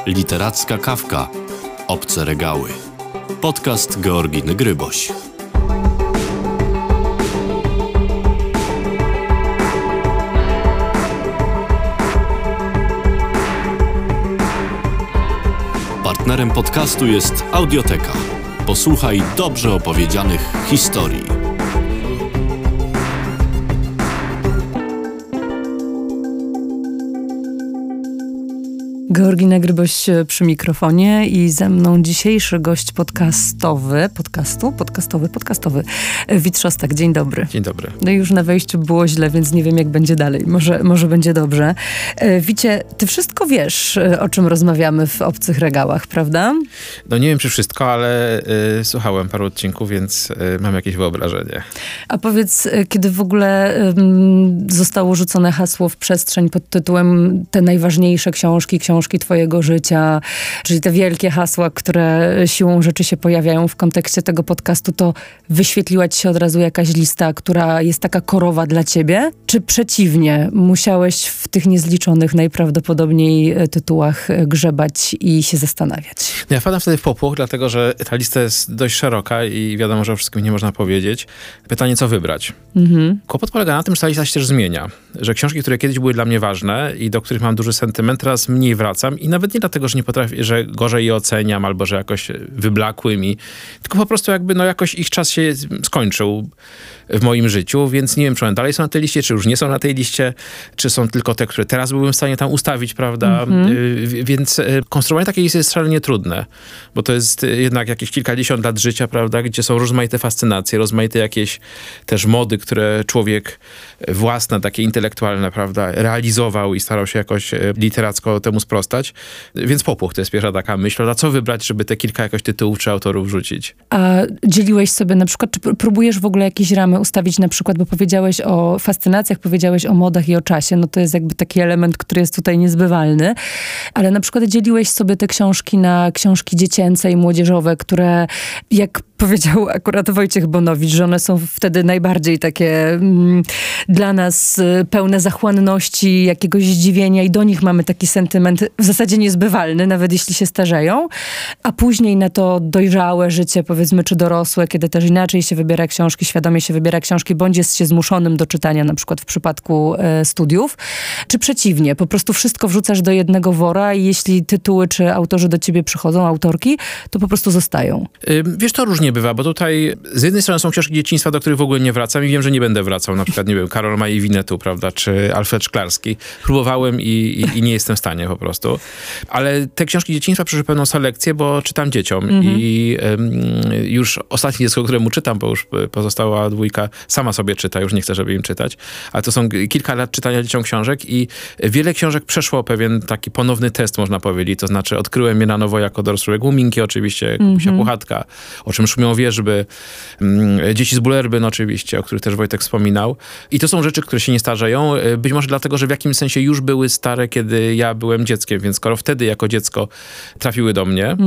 Literacka kawka. Obce regały. Podcast Georginy Gryboś. Partnerem podcastu jest Audioteka. Posłuchaj dobrze opowiedzianych historii. Georgina Gryboś przy mikrofonie i ze mną dzisiejszy gość podcastowy. Wit Szostak, dzień dobry. Dzień dobry. No i już na wejściu było źle, więc nie wiem, jak będzie dalej. Może będzie dobrze. Wicie, ty wszystko wiesz, o czym rozmawiamy w Obcych Regałach, prawda? No nie wiem, czy wszystko, ale słuchałem paru odcinków, więc mam jakieś wyobrażenie. A powiedz, kiedy w ogóle zostało rzucone hasło w przestrzeń pod tytułem te najważniejsze książki twojego życia, czyli te wielkie hasła, które siłą rzeczy się pojawiają w kontekście tego podcastu, to wyświetliła ci się od razu jakaś lista, która jest taka korowa dla ciebie? Czy przeciwnie, musiałeś w tych niezliczonych najprawdopodobniej tytułach grzebać i się zastanawiać? No ja wpadam wtedy w popłoch, dlatego że ta lista jest dość szeroka i wiadomo, że o wszystkim nie można powiedzieć. Pytanie, co wybrać? Kłopot polega na tym, że ta lista się też zmienia. Że książki, które kiedyś były dla mnie ważne i do których mam duży sentyment, teraz mniej wracam i nawet nie dlatego, że nie potrafię, że gorzej je oceniam albo że jakoś wyblakły mi, tylko po prostu jakby jakoś ich czas się skończył w moim życiu, więc nie wiem, czy one dalej są na tej liście, czy już nie są na tej liście, czy są tylko te, które teraz byłbym w stanie tam ustawić, prawda? Więc konstruowanie takiej listy jest szalenie trudne, bo to jest jednak jakieś kilkadziesiąt lat życia, prawda? Gdzie są rozmaite fascynacje, rozmaite jakieś też mody, które człowiek własne, takie intelektualne, prawda, realizował i starał się jakoś literacko temu sprostać. Więc popłoch to jest pierwsza taka myśl, a co wybrać, żeby te kilka jakoś tytułów czy autorów rzucić. A dzieliłeś sobie na przykład, czy próbujesz w ogóle jakieś ramy ustawić na przykład, bo powiedziałeś o fascynacjach, powiedziałeś o modach i o czasie, no to jest jakby taki element, który jest tutaj niezbywalny, ale na przykład dzieliłeś sobie te książki na książki dziecięce i młodzieżowe, które jak powiedział akurat Wojciech Bonowicz, że one są wtedy najbardziej takie dla nas pełne zachłanności, jakiegoś zdziwienia i do nich mamy taki sentyment w zasadzie niezbywalny, nawet jeśli się starzeją, a później na to dojrzałe życie, powiedzmy, czy dorosłe, kiedy też inaczej się wybiera książki, świadomie się wybiera książki, bądź jest się zmuszonym do czytania, na przykład w przypadku studiów, czy przeciwnie, po prostu wszystko wrzucasz do jednego wora i jeśli tytuły czy autorzy do ciebie przychodzą, autorki, to po prostu zostają. Wiesz, to różnie bywa, bo tutaj z jednej strony są książki dzieciństwa, do których w ogóle nie wracam i wiem, że nie będę wracał. Na przykład, nie wiem, Karol Maj i Winetu, prawda, czy Alfred Szklarski. Próbowałem i nie jestem w stanie po prostu. Ale te książki dzieciństwa przeszły pewną selekcję, bo czytam dzieciom i już ostatnie dziecko, któremu czytam, bo już pozostała dwójka, sama sobie czyta, już nie chcę, żeby im czytać. Ale to są kilka lat czytania dzieciom książek i wiele książek przeszło pewien taki ponowny test, można powiedzieć. To znaczy odkryłem je na nowo jako dorosłe. Muminki oczywiście, Kubusia Puchatka, O czym szumią wierzby, Dzieci z Bullerbyn oczywiście, o których też Wojtek wspominał. I to są rzeczy, które się nie starzeją. Być może dlatego, że w jakimś sensie już były stare, kiedy ja byłem dzieckiem, więc skoro wtedy jako dziecko trafiły do mnie,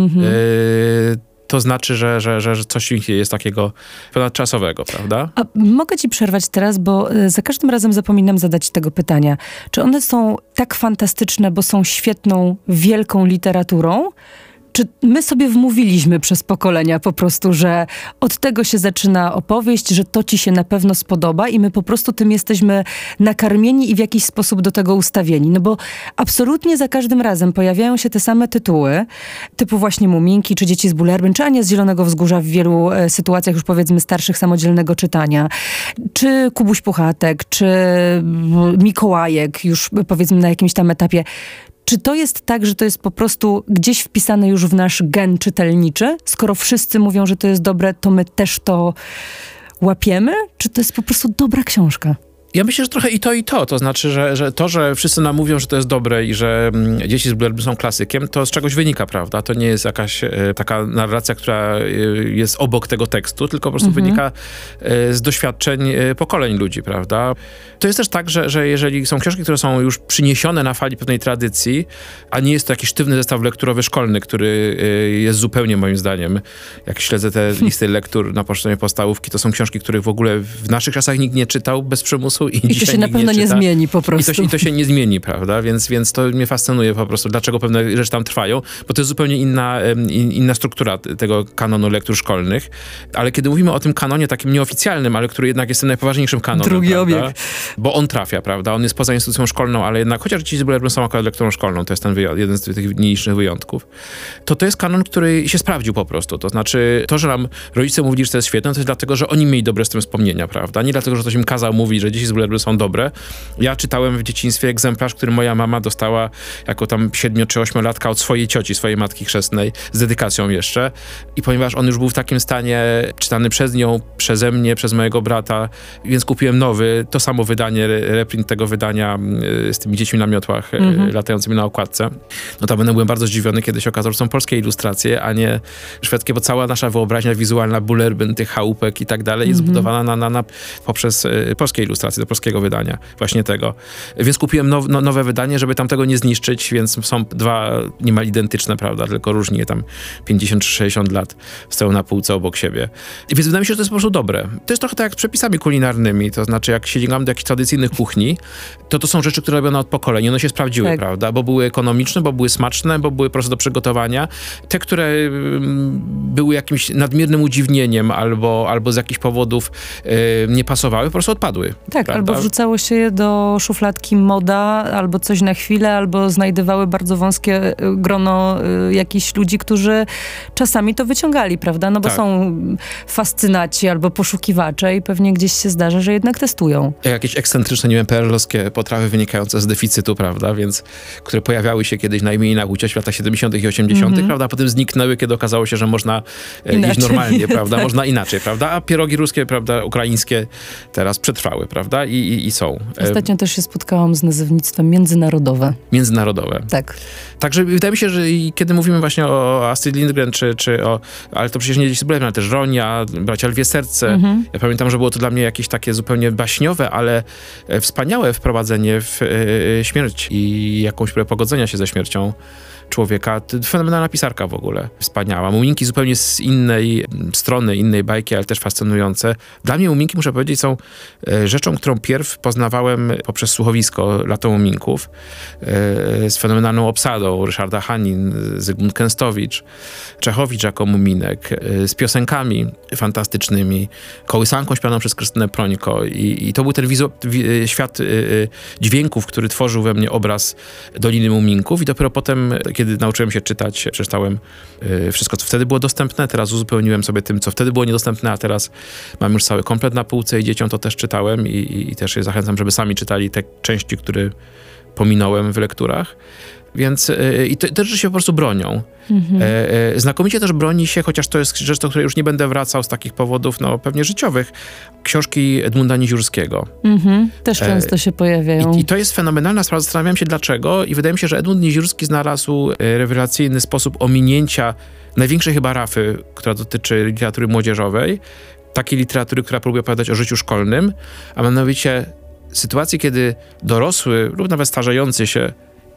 to znaczy, że coś jest takiego ponadczasowego, prawda? A mogę ci przerwać teraz, bo za każdym razem zapominam zadać tego pytania. Czy one są tak fantastyczne, bo są świetną, wielką literaturą? Czy my sobie wmówiliśmy przez pokolenia po prostu, że od tego się zaczyna opowieść, że to ci się na pewno spodoba i my po prostu tym jesteśmy nakarmieni i w jakiś sposób do tego ustawieni? No bo absolutnie za każdym razem pojawiają się te same tytuły, typu właśnie Muminki, czy Dzieci z Bullerbyn, czy Ania z Zielonego Wzgórza w wielu sytuacjach już powiedzmy starszych samodzielnego czytania, czy Kubuś Puchatek, czy Mikołajek już powiedzmy na jakimś tam etapie. Czy to jest tak, że to jest po prostu gdzieś wpisane już w nasz gen czytelniczy? Skoro wszyscy mówią, że to jest dobre, to my też to łapiemy? Czy to jest po prostu dobra książka? Ja myślę, że trochę i to, i to. To znaczy, że to, że wszyscy nam mówią, że to jest dobre i że Dzieci z Bullerbyn są klasykiem, to z czegoś wynika, prawda? To nie jest jakaś taka narracja, która jest obok tego tekstu, tylko po prostu wynika z doświadczeń pokoleń ludzi, prawda? To jest też tak, że jeżeli są książki, które są już przyniesione na fali pewnej tradycji, a nie jest to jakiś sztywny zestaw lekturowy szkolny, który jest zupełnie moim zdaniem, jak śledzę te listy lektur na poziomie podstawówki, to są książki, których w ogóle w naszych czasach nikt nie czytał bez przymusu, czasu i to się na pewno nie zmieni po prostu. I to się nie zmieni, prawda? Więc to mnie fascynuje po prostu, dlaczego pewne rzeczy tam trwają, bo to jest zupełnie inna struktura tego kanonu lektur szkolnych. Ale kiedy mówimy o tym kanonie takim nieoficjalnym, ale który jednak jest tym najpoważniejszym kanonem, drugi obieg. Bo on trafia, prawda? On jest poza instytucją szkolną, ale jednak, chociaż ci z Bullerbyn są akurat lekturą szkolną, to jest jeden z tych nielicznych wyjątków, to jest kanon, który się sprawdził po prostu. To znaczy, to, że nam rodzice mówili, że to jest świetne, to jest dlatego, że oni mieli dobre z tym wspomnienia, prawda? Nie dlatego, że ktoś im kazał mówić, że dzieci z Bullerbyn są dobre. Ja czytałem w dzieciństwie egzemplarz, który moja mama dostała jako tam 7 czy 8-latka od swojej cioci, swojej matki chrzestnej, z dedykacją jeszcze. I ponieważ on już był w takim stanie, czytany przez nią, przeze mnie, przez mojego brata, więc kupiłem nowy, to samo wydanie, reprint tego wydania z tymi dziećmi na miotłach latającymi na okładce. Notabene byłem bardzo zdziwiony, kiedy się okazało, że są polskie ilustracje, a nie szwedzkie, bo cała nasza wyobraźnia wizualna Bullerbyn, tych chałupek i tak dalej jest zbudowana poprzez polskie ilustracje do polskiego wydania. Właśnie tego. Więc kupiłem nowe wydanie, żeby tam tego nie zniszczyć, więc są dwa niemal identyczne, prawda, tylko różnie tam 50 czy 60 lat stoją na półce obok siebie. I więc wydaje mi się, że to jest po prostu dobre. To jest trochę tak jak z przepisami kulinarnymi, to znaczy jak sięgamy do jakichś tradycyjnych kuchni, to są rzeczy, które robione od pokoleń. One się sprawdziły, tak, prawda, bo były ekonomiczne, bo były smaczne, bo były proste do przygotowania. Te, które były jakimś nadmiernym udziwnieniem albo z jakichś powodów nie pasowały, po prostu odpadły. Tak, prawda? Albo wrzucało się je do szufladki moda, albo coś na chwilę, albo znajdowały bardzo wąskie grono jakichś ludzi, którzy czasami to wyciągali, prawda? No bo są fascynaci albo poszukiwacze i pewnie gdzieś się zdarza, że jednak testują. Jakieś ekscentryczne, nie wiem, PRL-owskie potrawy wynikające z deficytu, prawda? Więc, które pojawiały się kiedyś na imieninach ucieś w latach 70. i 80., prawda? A potem zniknęły, kiedy okazało się, że można jeść normalnie, prawda? Można inaczej, prawda? A pierogi ruskie, prawda, ukraińskie teraz przetrwały, prawda? I są. Ostatnio też się spotkałam z nazewnictwem międzynarodowe. Międzynarodowe. Tak. Także wydaje mi się, że kiedy mówimy właśnie o Astrid Lindgren, ale to przecież nie dzieci z Bullerbyn, ale też Ronia, Bracia Lwie Serce. Ja pamiętam, że było to dla mnie jakieś takie zupełnie baśniowe, ale wspaniałe wprowadzenie w śmierć i jakąś próbę pogodzenia się ze śmiercią człowieka. Fenomenalna pisarka w ogóle. Wspaniała. Muminki zupełnie z innej strony, innej bajki, ale też fascynujące. Dla mnie Muminki, muszę powiedzieć, są rzeczą, którą pierw poznawałem poprzez słuchowisko Lato Muminków z fenomenalną obsadą Ryszarda Hanin, Zygmunt Kęstowicz, Czechowicz jako Muminek, z piosenkami fantastycznymi, kołysanką śpiewaną przez Krystynę Prońko i to był ten świat dźwięków, który tworzył we mnie obraz Doliny Muminków i dopiero potem, kiedy nauczyłem się czytać, przeczytałem wszystko, co wtedy było dostępne, teraz uzupełniłem sobie tym, co wtedy było niedostępne, a teraz mam już cały komplet na półce i dzieciom to też czytałem i też je zachęcam, żeby sami czytali te części, które pominąłem w lekturach. Więc i te rzeczy się po prostu bronią. Znakomicie też broni się, chociaż to jest rzecz, do której już nie będę wracał z takich powodów, no pewnie życiowych, książki Edmunda Niziurskiego. Też często się pojawiają. I to jest fenomenalna sprawa. Zastanawiam się dlaczego i wydaje mi się, że Edmund Niziurski znalazł rewelacyjny sposób ominięcia największej chyba rafy, która dotyczy literatury młodzieżowej, takiej literatury, która próbuje opowiadać o życiu szkolnym, a mianowicie sytuacji, kiedy dorosły lub nawet starzejący się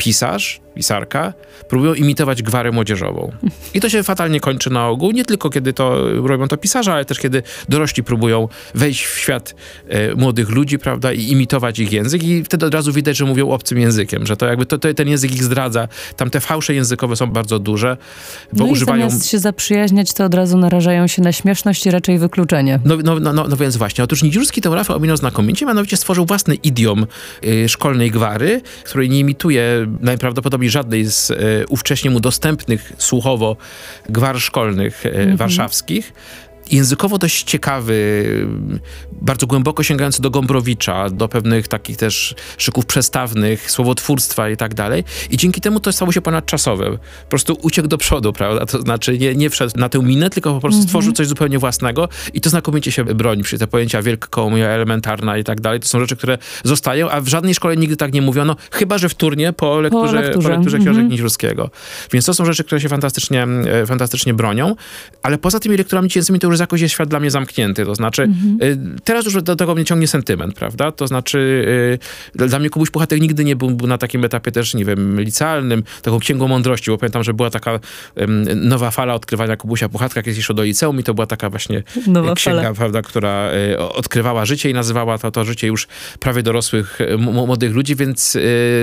pisarka, próbują imitować gwarę młodzieżową. I to się fatalnie kończy na ogół, nie tylko kiedy robią to pisarze, ale też kiedy dorośli próbują wejść w świat młodych ludzi, prawda, i imitować ich język i wtedy od razu widać, że mówią obcym językiem, że to jakby ten język ich zdradza. Tam te fałsze językowe są bardzo duże, bo używają... zamiast się zaprzyjaźniać, to od razu narażają się na śmieszność i raczej wykluczenie. No więc właśnie. Otóż Niziurski tę rafę ominął znakomicie, mianowicie stworzył własny idiom szkolnej gwary, której nie imituje najprawdopodobniej żadnej z ówcześnie mu dostępnych słuchowo gwar szkolnych warszawskich. Językowo dość ciekawy, bardzo głęboko sięgający do Gombrowicza, do pewnych takich też szyków przestawnych, słowotwórstwa i tak dalej. I dzięki temu to stało się ponadczasowe. Po prostu uciekł do przodu, prawda? To znaczy nie wszedł na tę minę, tylko po prostu stworzył coś zupełnie własnego i to znakomicie się broni. Przy te pojęcia wielkokomia, elementarna i tak dalej. To są rzeczy, które zostają, a w żadnej szkole nigdy tak nie mówiono, chyba że wtórnie po lekturze książek Niziurskiego. Więc to są rzeczy, które się fantastycznie bronią, ale poza tymi lekturami dziecięcymi to już jakoś jest świat dla mnie zamknięty. To znaczy, teraz już do tego mnie ciągnie sentyment, prawda? To znaczy, dla mnie Kubuś Puchatek nigdy nie był na takim etapie też, nie wiem, licealnym, taką księgą mądrości, bo pamiętam, że była taka nowa fala odkrywania Kubusia Puchatka, kiedy szło do liceum i to była taka właśnie nowa księga, fala, prawda, która odkrywała życie i nazywała to życie już prawie dorosłych, młodych ludzi, więc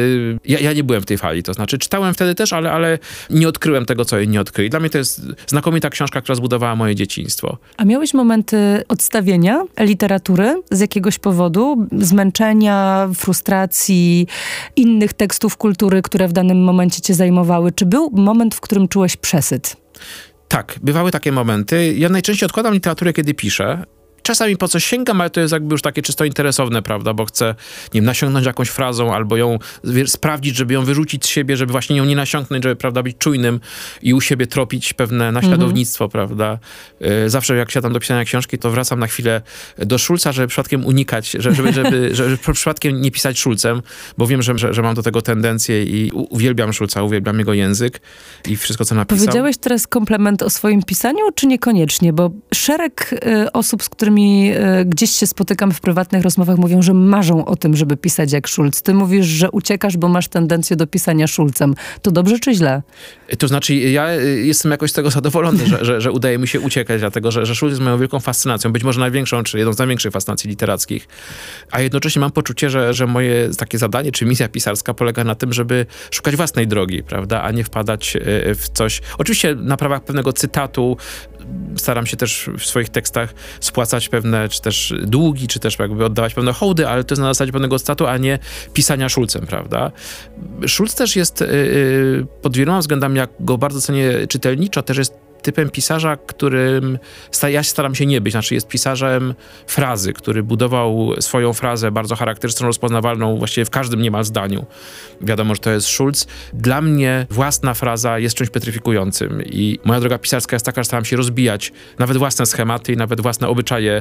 ja nie byłem w tej fali. To znaczy, czytałem wtedy też, ale nie odkryłem tego, co nie odkryli. Dla mnie to jest znakomita książka, która zbudowała moje dzieciństwo. A miałeś momenty odstawienia literatury z jakiegoś powodu? Zmęczenia, frustracji, innych tekstów kultury, które w danym momencie cię zajmowały? Czy był moment, w którym czułeś przesyt? Tak, bywały takie momenty. Ja najczęściej odkładam literaturę, kiedy piszę. Czasami po coś sięgam, ale to jest jakby już takie czysto interesowne, prawda, bo chcę, nie wiem, nasiągnąć jakąś frazą albo ją sprawdzić, żeby ją wyrzucić z siebie, żeby właśnie nią nie nasiąknąć, żeby, prawda, być czujnym i u siebie tropić pewne naśladownictwo, prawda. Zawsze jak siadam do pisania książki, to wracam na chwilę do Schulza, żeby przypadkiem unikać, żeby przypadkiem nie pisać Schulzem, bo wiem, że mam do tego tendencję i uwielbiam Schulza, uwielbiam jego język i wszystko, co napisał. Powiedziałeś teraz komplement o swoim pisaniu, czy niekoniecznie? Bo szereg osób, z którymi gdzieś się spotykam w prywatnych rozmowach, mówią, że marzą o tym, żeby pisać jak Schulz. Ty mówisz, że uciekasz, bo masz tendencję do pisania Schulzem. To dobrze czy źle? To znaczy, ja jestem jakoś z tego zadowolony, że udaje mi się uciekać, dlatego że Schulz jest moją wielką fascynacją, być może największą, czy jedną z największych fascynacji literackich. A jednocześnie mam poczucie, że moje takie zadanie, czy misja pisarska polega na tym, żeby szukać własnej drogi, prawda, a nie wpadać w coś. Oczywiście na prawach pewnego cytatu staram się też w swoich tekstach spłacać pewne, czy też długi, czy też jakby oddawać pewne hołdy, ale to jest na zasadzie pewnego cytatu, a nie pisania Schulzem, prawda? Schulz też jest pod wieloma względami, jak go bardzo cenię czytelniczo, też jest typem pisarza, którym ja staram się nie być. Znaczy jest pisarzem frazy, który budował swoją frazę bardzo charakterystyczną, rozpoznawalną właściwie w każdym niemal zdaniu. Wiadomo, że to jest Schulz. Dla mnie własna fraza jest czymś petryfikującym i moja droga pisarska jest taka, że staram się rozbijać nawet własne schematy i nawet własne obyczaje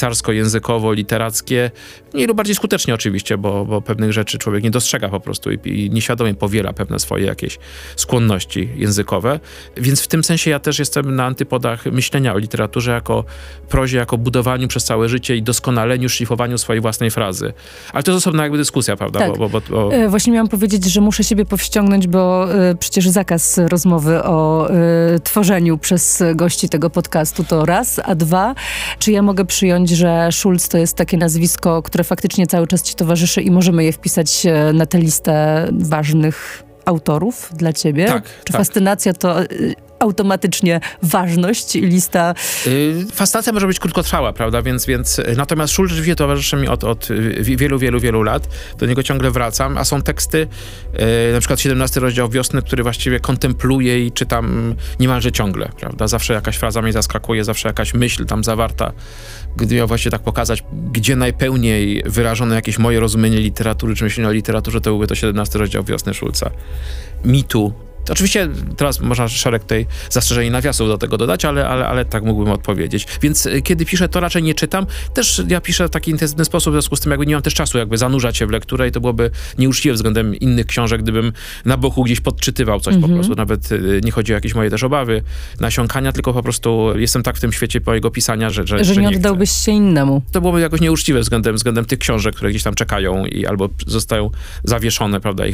pisarsko-językowo-literackie. Mniej lub bardziej skutecznie oczywiście, bo pewnych rzeczy człowiek nie dostrzega po prostu i nieświadomie powiela pewne swoje jakieś skłonności językowe. Więc w tym sensie ja też jestem na antypodach myślenia o literaturze jako prozie, jako budowaniu przez całe życie i doskonaleniu, szlifowaniu swojej własnej frazy. Ale to jest osobna jakby dyskusja, prawda? Tak. Właśnie miałam powiedzieć, że muszę siebie powściągnąć, bo przecież zakaz rozmowy o tworzeniu przez gości tego podcastu to raz, a dwa, czy ja mogę przyjąć, że Schulz to jest takie nazwisko, które faktycznie cały czas ci towarzyszy i możemy je wpisać na tę listę ważnych autorów dla ciebie? Tak. Czy fascynacja to automatycznie ważność i lista... Fascynacja może być krótkotrwała, prawda? Więc natomiast Schulz rzeczywiście towarzyszy mi od wielu, wielu, wielu lat. Do niego ciągle wracam, a są teksty, na przykład 17 rozdział Wiosny, który właściwie kontempluję i czytam niemalże ciągle, prawda? Zawsze jakaś fraza mnie zaskakuje, zawsze jakaś myśl tam zawarta. Gdy miał właśnie tak pokazać, gdzie najpełniej wyrażone jakieś moje rozumienie literatury, czy myślenie o literaturze, to byłby to 17 rozdział Wiosny Schulza. Mitu. Oczywiście teraz można szereg tej zastrzeżeń i nawiasów do tego dodać, ale tak mógłbym odpowiedzieć. Więc kiedy piszę, to raczej nie czytam. Też ja piszę w taki intensywny sposób, w związku z tym jakby nie mam też czasu jakby zanurzać się w lekturę i to byłoby nieuczciwe względem innych książek, gdybym na boku gdzieś podczytywał coś po prostu. Nawet nie chodzi o jakieś moje też obawy, nasiąkania, tylko po prostu jestem tak w tym świecie mojego pisania, że nie oddałbyś się innemu. To byłoby jakoś nieuczciwe względem tych książek, które gdzieś tam czekają i albo zostają zawieszone, prawda,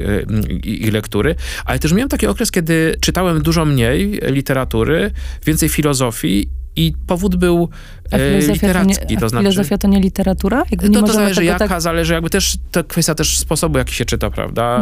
ich lektury. Ale też miałem taki okres, kiedy czytałem dużo mniej literatury, więcej filozofii i powód był literacki. To znaczy, filozofia to nie literatura? To zależy jaka, zależy jakby też, to kwestia też sposobu, jaki się czyta, prawda?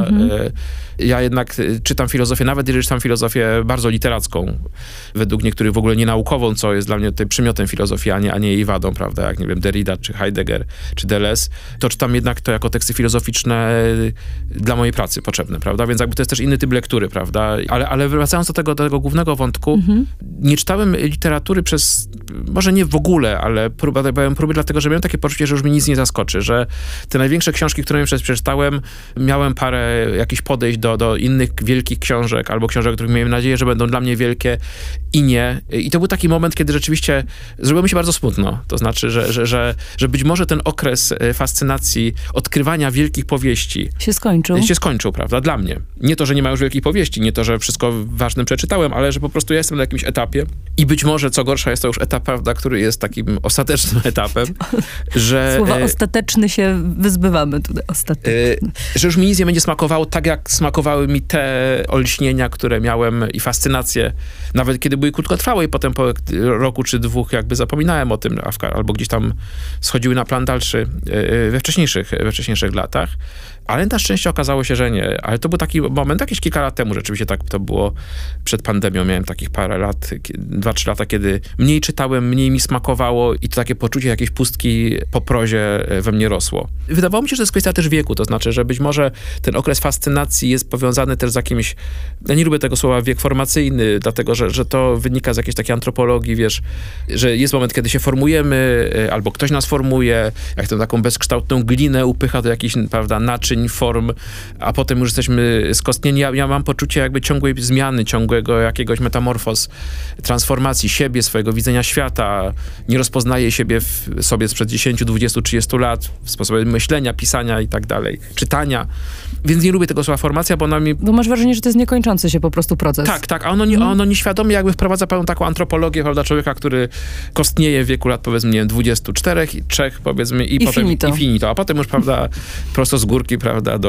Ja jednak czytam filozofię, nawet jeżeli czytam filozofię bardzo literacką, według niektórych w ogóle nienaukową, co jest dla mnie tutaj przymiotem filozofii, a nie jej wadą, prawda? Jak nie wiem, Derrida, czy Heidegger, czy Deleuze, to czytam jednak to jako teksty filozoficzne dla mojej pracy potrzebne, prawda? Więc jakby to jest też inny typ lektury, prawda? Ale wracając do tego głównego wątku, nie czytałem literatury przez, może nie w ogóle, ale próby dlatego, że miałem takie poczucie, że już mi nic nie zaskoczy, że te największe książki, które przeczytałem, miałem parę jakichś podejść do innych wielkich książek, albo książek, których miałem nadzieję, że będą dla mnie wielkie i nie. I to był taki moment, kiedy rzeczywiście zrobiło mi się bardzo smutno. To znaczy, że być może ten okres fascynacji, odkrywania wielkich powieści się skończył, prawda? Dla mnie. Nie to, że nie ma już wielkich powieści, nie to, że wszystko ważne przeczytałem, ale że po prostu ja jestem na jakimś etapie, I być może, co gorsza, jest to już etap, prawda, który jest takim ostatecznym etapem, że... Słowa ostateczny się wyzbywamy tutaj, ostateczny. Że już mi nic nie będzie smakowało tak, jak smakowały mi te olśnienia, które miałem i fascynacje, nawet kiedy były krótkotrwałe i potem po roku czy dwóch jakby zapominałem o tym, albo gdzieś tam schodziły na plan dalszy we wcześniejszych latach. Ale na szczęście okazało się, że nie. Ale to był taki moment, jakieś kilka lat temu rzeczywiście tak to było. Przed pandemią miałem takich parę lat, 2-3 lata, kiedy mniej czytałem, mniej mi smakowało i to takie poczucie jakiejś pustki po prozie we mnie rosło. Wydawało mi się, że to jest kwestia też wieku, to znaczy, że być może ten okres fascynacji jest powiązany też z jakimś, ja nie lubię tego słowa wiek formacyjny, dlatego, że to wynika z jakiejś takiej antropologii, wiesz, że jest moment, kiedy się formujemy, albo ktoś nas formuje, jak tę taką bezkształtną glinę upycha do jakichś, prawda, naczyń, form, a potem już jesteśmy skostnieni. Ja mam poczucie jakby ciągłej zmiany, ciągłego jakiegoś metamorfoz, transformacji siebie, swojego widzenia świata. Nie rozpoznaję siebie sobie sprzed 10, 20, 30 lat, w sposobie myślenia, pisania i tak dalej, czytania. Więc nie lubię tego słowa formacja, bo ona mi... Bo masz wrażenie, że to jest niekończący się po prostu proces. Tak, a ono nieświadomie jakby wprowadza pewną taką antropologię, prawda, człowieka, który kostnieje w wieku lat, powiedzmy, nie wiem, 24, 3, powiedzmy, i potem finito. A potem już, prawda, prosto z górki, prawda,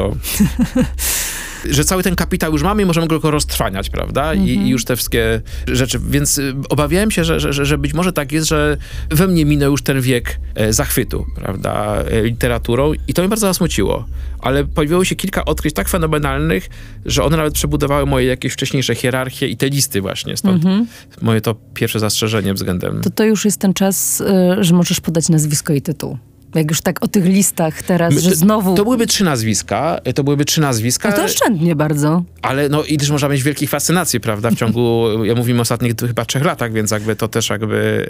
że cały ten kapitał już mamy i możemy go tylko roztrwaniać, prawda? I już te wszystkie rzeczy. Więc obawiałem się, że być może tak jest, że we mnie minął już ten wiek zachwytu, prawda, literaturą i to mnie bardzo zasmuciło. Ale pojawiło się kilka odkryć tak fenomenalnych, że one nawet przebudowały moje jakieś wcześniejsze hierarchie i te listy właśnie. Stąd moje to pierwsze zastrzeżenie względem... To już jest ten czas, że możesz podać nazwisko i tytuł. Jak już tak o tych listach teraz, że znowu... To byłyby trzy nazwiska. No to oszczędnie bardzo. Ale no i też można mieć wielkich fascynacji, prawda? W ciągu, ja mówimy o ostatnich chyba 3 latach, więc jakby to też jakby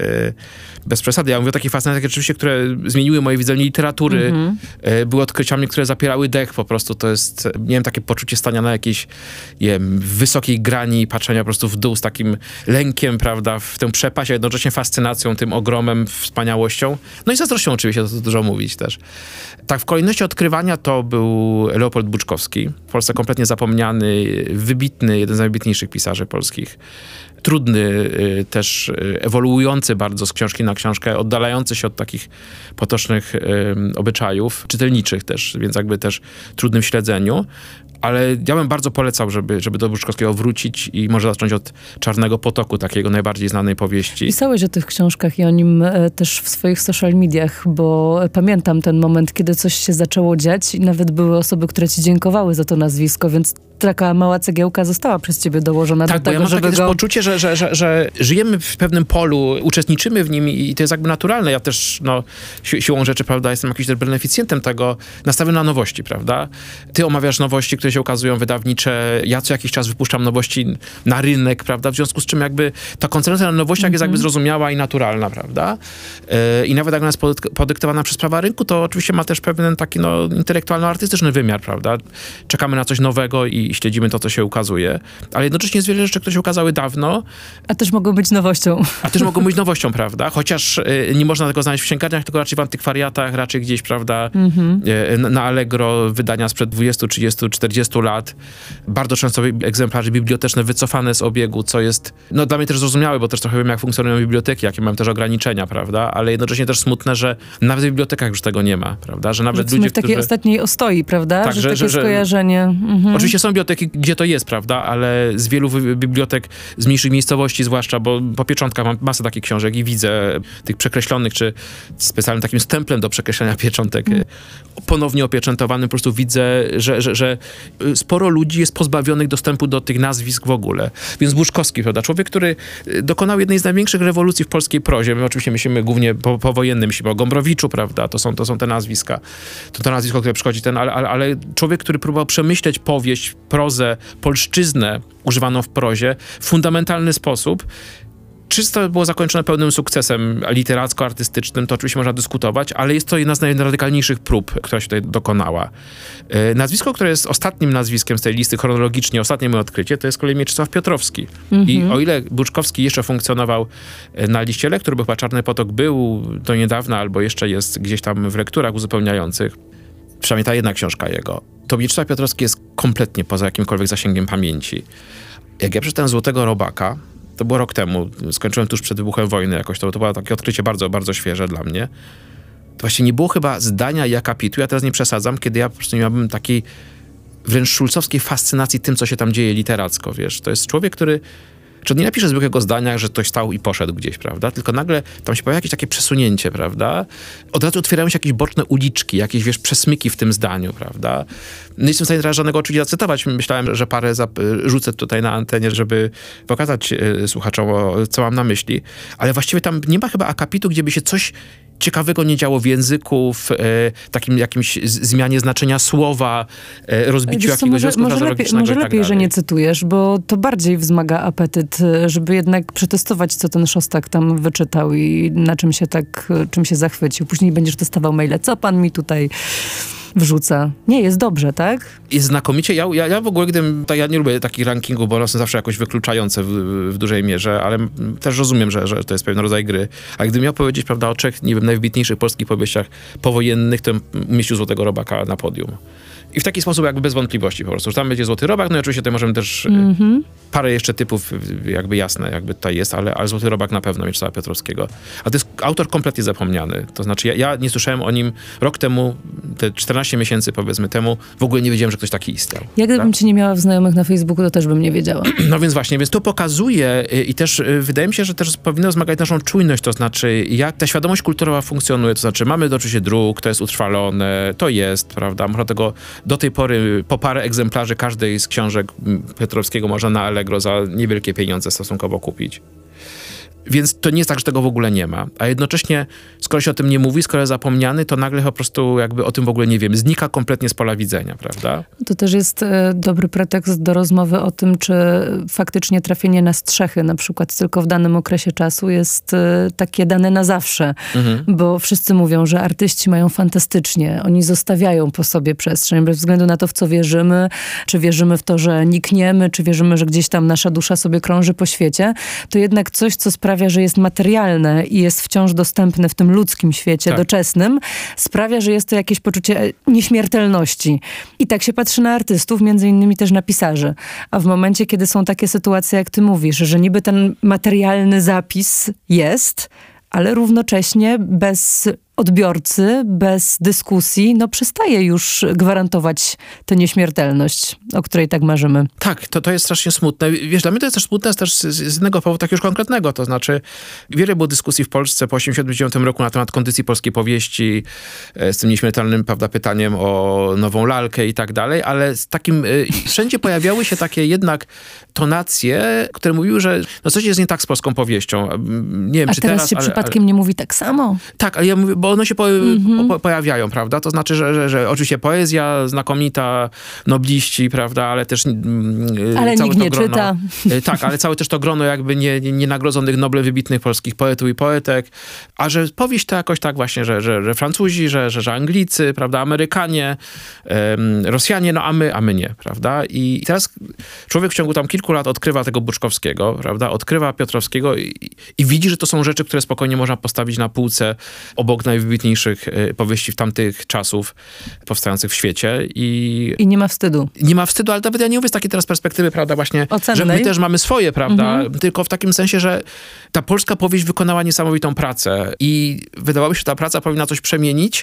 bez przesady. Ja mówię o takich fascynacjach oczywiście, które zmieniły moje widzenie literatury. Były odkryciami, które zapierały dech po prostu. To jest, miałem takie poczucie stania na jakiejś, nie wiem, wysokiej grani, patrzenia po prostu w dół z takim lękiem, prawda? W tę przepaść, a jednocześnie fascynacją, tym ogromem, wspaniałością. No i zazdrością oczywiście, to dużo mówić też. Tak, w kolejności odkrywania to był Leopold Buczkowski. W Polsce kompletnie zapomniany, wybitny, jeden z najwybitniejszych pisarzy polskich. Trudny, też ewoluujący bardzo z książki na książkę, oddalający się od takich potocznych obyczajów, czytelniczych też, więc jakby też trudnym w śledzeniu. Ale ja bym bardzo polecał, żeby do Buczkowskiego wrócić i może zacząć od Czarnego Potoku, takiego najbardziej znanej powieści. Pisałeś o tych książkach i o nim też w swoich social mediach, bo pamiętam ten moment, kiedy coś się zaczęło dziać i nawet były osoby, które ci dziękowały za to nazwisko, więc taka mała cegiełka została przez ciebie dołożona do tego, bo ja mam takie też poczucie, że żyjemy w pewnym polu, uczestniczymy w nim i to jest jakby naturalne. Ja też, siłą rzeczy, prawda, jestem jakimś też beneficjentem tego, nastawiony na nowości, prawda? Ty omawiasz nowości, które się ukazują wydawnicze, ja co jakiś czas wypuszczam nowości na rynek, prawda? W związku z czym jakby ta koncentracja na nowościach jest jakby zrozumiała i naturalna, prawda? I nawet jak ona jest podyktowana przez prawa rynku, to oczywiście ma też pewien taki, intelektualno-artystyczny wymiar, prawda? Czekamy na coś nowego i śledzimy to, co się ukazuje. Ale jednocześnie jest wiele rzeczy, które się ukazały dawno. A też mogą być nowością. Prawda? Chociaż nie można tego znaleźć w księgarniach, tylko raczej w antykwariatach, raczej gdzieś, prawda, na Allegro, wydania sprzed 20, 30, 40 lat. Bardzo często egzemplarze biblioteczne wycofane z obiegu, co jest, dla mnie też zrozumiałe, bo też trochę wiem, jak funkcjonują biblioteki, jakie mam też ograniczenia, prawda? Ale jednocześnie też smutne, że nawet w bibliotekach już tego nie ma, prawda? Że nawet ludzie, w takiej ostatniej ostoi, prawda? Tak, że takie skojarzenie. Oczywiście są biblioteki, gdzie to jest, prawda? Ale z wielu bibliotek z mniejszych miejscowości zwłaszcza, bo po pieczątkach mam masę takich książek i widzę tych przekreślonych, czy specjalnym takim stemplem do przekreślenia pieczątek ponownie opieczętowanym, po prostu widzę, że sporo ludzi jest pozbawionych dostępu do tych nazwisk w ogóle. Więc Buczkowski, prawda? Człowiek, który dokonał jednej z największych rewolucji w polskiej prozie. My oczywiście myślimy głównie powojennym, myślimy o Gombrowiczu, prawda? To są te nazwiska. To nazwisko, które przychodzi ale człowiek, który próbował przemyśleć powieść, prozę, polszczyznę używaną w prozie w fundamentalny sposób. Czy to było zakończone pełnym sukcesem literacko-artystycznym, to oczywiście można dyskutować, ale jest to jedna z najradykalniejszych prób, która się tutaj dokonała. Nazwisko, które jest ostatnim nazwiskiem z tej listy chronologicznie, ostatnie moje odkrycie, to jest z kolei Mieczysław Piotrowski. I o ile Buczkowski jeszcze funkcjonował na liście lektur, bo chyba Czarny Potok był do niedawna, albo jeszcze jest gdzieś tam w lekturach uzupełniających, przynajmniej ta jedna książka jego, to Mieczysław Piotrowski jest kompletnie poza jakimkolwiek zasięgiem pamięci. Jak ja przeczytałem Złotego Robaka, To było rok temu. Skończyłem tuż przed wybuchem wojny jakoś. To było takie odkrycie bardzo, bardzo świeże dla mnie. To właśnie nie było chyba zdania i akapitu, ja teraz nie przesadzam, kiedy ja po prostu nie miałbym takiej wręcz szulcowskiej fascynacji tym, co się tam dzieje literacko, wiesz. To jest człowiek, który on nie napisze zwykłego zdania, że ktoś stał i poszedł gdzieś, prawda? Tylko nagle tam się pojawia jakieś takie przesunięcie, prawda? Od razu otwierają się jakieś boczne uliczki, jakieś, wiesz, przesmyki w tym zdaniu, prawda? Nie jestem w stanie teraz żadnego oczywiście zacytować. Myślałem, że parę rzucę tutaj na antenie, żeby pokazać słuchaczom, co mam na myśli. Ale właściwie tam nie ma chyba akapitu, gdzie by się coś ciekawego nie działo w języku, w takim jakimś zmianie znaczenia słowa, rozbiciu jakiegoś związku frazeologicznego. Może lepiej, że nie cytujesz, bo to bardziej wzmaga apetyt, żeby jednak przetestować, co ten Szostak tam wyczytał i na czym się zachwycił. Później będziesz dostawał maile, co pan mi tutaj wrzuca. Nie, jest dobrze, tak? Jest znakomicie. Ja w ogóle, ja nie lubię takich rankingów, bo one są zawsze jakoś wykluczające w dużej mierze, ale też rozumiem, że to jest pewien rodzaj gry. A gdybym miał powiedzieć, prawda, o 3, nie wiem, najwybitniejszych polskich powieściach powojennych, to umieścił Złotego Robaka na podium. I w taki sposób jakby bez wątpliwości po prostu. Że tam będzie Złoty Robak, no i oczywiście tutaj możemy też parę jeszcze typów jakby jasne, jakby tutaj jest, ale Złoty Robak na pewno Mieczysława Piotrowskiego. A to jest autor kompletnie zapomniany. To znaczy ja nie słyszałem o nim rok temu, te 14 miesięcy powiedzmy temu, w ogóle nie wiedziałem, że ktoś taki istniał. Ja gdybym cię nie miała w znajomych na Facebooku, to też bym nie wiedziała. No więc właśnie, więc to pokazuje i też wydaje mi się, że też powinno wzmagać naszą czujność, to znaczy jak ta świadomość kulturowa funkcjonuje, to znaczy mamy oczywiście druk, to jest utrwalone, to jest, prawda, można tego do tej pory po parę egzemplarzy każdej z książek Piotrowskiego można na Allegro za niewielkie pieniądze stosunkowo kupić. Więc to nie jest tak, że tego w ogóle nie ma. A jednocześnie, skoro się o tym nie mówi, skoro jest zapomniany, to nagle po prostu jakby o tym w ogóle nie wiem. Znika kompletnie z pola widzenia, prawda? To też jest dobry pretekst do rozmowy o tym, czy faktycznie trafienie na strzechy, na przykład tylko w danym okresie czasu, jest takie dane na zawsze. Bo wszyscy mówią, że artyści mają fantastycznie. Oni zostawiają po sobie przestrzeń, bez względu na to, w co wierzymy. Czy wierzymy w to, że nikniemy, czy wierzymy, że gdzieś tam nasza dusza sobie krąży po świecie. To jednak coś, co sprawia, że jest materialne i jest wciąż dostępne w tym ludzkim świecie doczesnym, sprawia, że jest to jakieś poczucie nieśmiertelności. I tak się patrzy na artystów, między innymi też na pisarzy. A w momencie, kiedy są takie sytuacje, jak ty mówisz, że niby ten materialny zapis jest, ale równocześnie bez odbiorcy, bez dyskusji, przestaje już gwarantować tę nieśmiertelność, o której tak marzymy. Tak, to jest strasznie smutne. Wiesz, dla mnie to jest też smutne też z innego powodu, tak już konkretnego. To znaczy, wiele było dyskusji w Polsce po 1989 roku na temat kondycji polskiej powieści, z tym nieśmiertelnym, prawda, pytaniem o nową lalkę i tak dalej, ale z takim, wszędzie pojawiały się takie jednak tonacje, które mówiły, że coś jest nie tak z polską powieścią. Nie wiem, a czy teraz się przypadkiem nie mówi tak samo? Tak, ale ja mówię, bo one się pojawiają, prawda? To znaczy, że oczywiście poezja znakomita, nobliści, prawda, ale też ale całe nikt nie grono, czyta. Tak, ale całe też to grono jakby nienagrodzonych Noble wybitnych polskich poetów i poetek, a że powieść to jakoś tak właśnie, że Francuzi, że Anglicy, prawda, Amerykanie, Rosjanie, a my nie, prawda? I teraz człowiek w ciągu tam kilku lat odkrywa tego Buczkowskiego, prawda? Odkrywa Piotrowskiego i widzi, że to są rzeczy, które spokojnie można postawić na półce obok najwybitniejszych powieści w tamtych czasów powstających w świecie. I nie ma wstydu. Nie ma wstydu, ale nawet ja nie mówię z takiej teraz perspektywy, prawda, właśnie, ocennej, że my też mamy swoje, prawda, tylko w takim sensie, że ta polska powieść wykonała niesamowitą pracę i wydawało się, że ta praca powinna coś przemienić,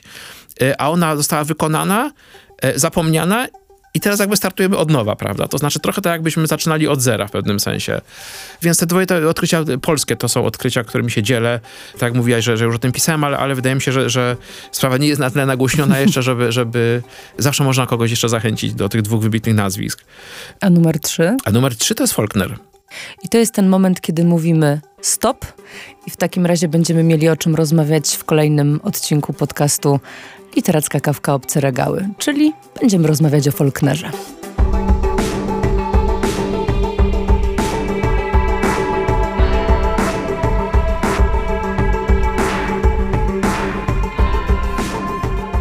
a ona została wykonana, zapomniana i teraz jakby startujemy od nowa, prawda? To znaczy trochę tak jakbyśmy zaczynali od zera w pewnym sensie. Więc te dwoje odkrycia polskie to są odkrycia, którymi się dzielę. Tak jak mówiłaś, że już o tym pisałem, ale wydaje mi się, że sprawa nie jest na tyle nagłośniona jeszcze, żeby zawsze można kogoś jeszcze zachęcić do tych dwóch wybitnych nazwisk. A numer 3? A numer 3 to jest Faulkner. I to jest ten moment, kiedy mówimy stop i w takim razie będziemy mieli o czym rozmawiać w kolejnym odcinku podcastu Literacka Kawka Obce Regały, czyli będziemy rozmawiać o Faulknerze.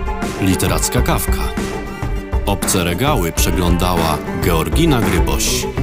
Literacka Kawka. Obce Regały przeglądała Georgina Gryboś.